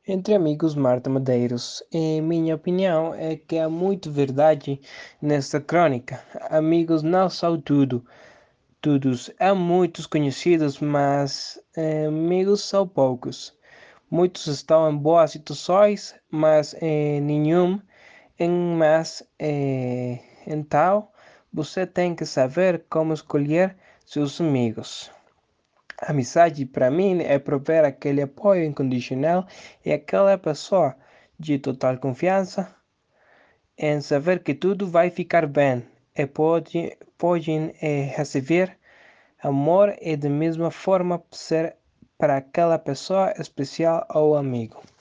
Entre amigos Marta Medeiros, em minha opinião, é que há muito verdade nesta crônica. Amigos não são tudo, todos. Há muitos conhecidos, mas amigos são poucos. Muitos estão em boas situações, mas nenhum em más. Então, você tem que saber como escolher seus amigos. Amizade para mim é prover aquele apoio incondicional e aquela pessoa de total confiança em saber que tudo vai ficar bem e podem receber amor e da mesma forma ser para aquela pessoa especial ou amigo.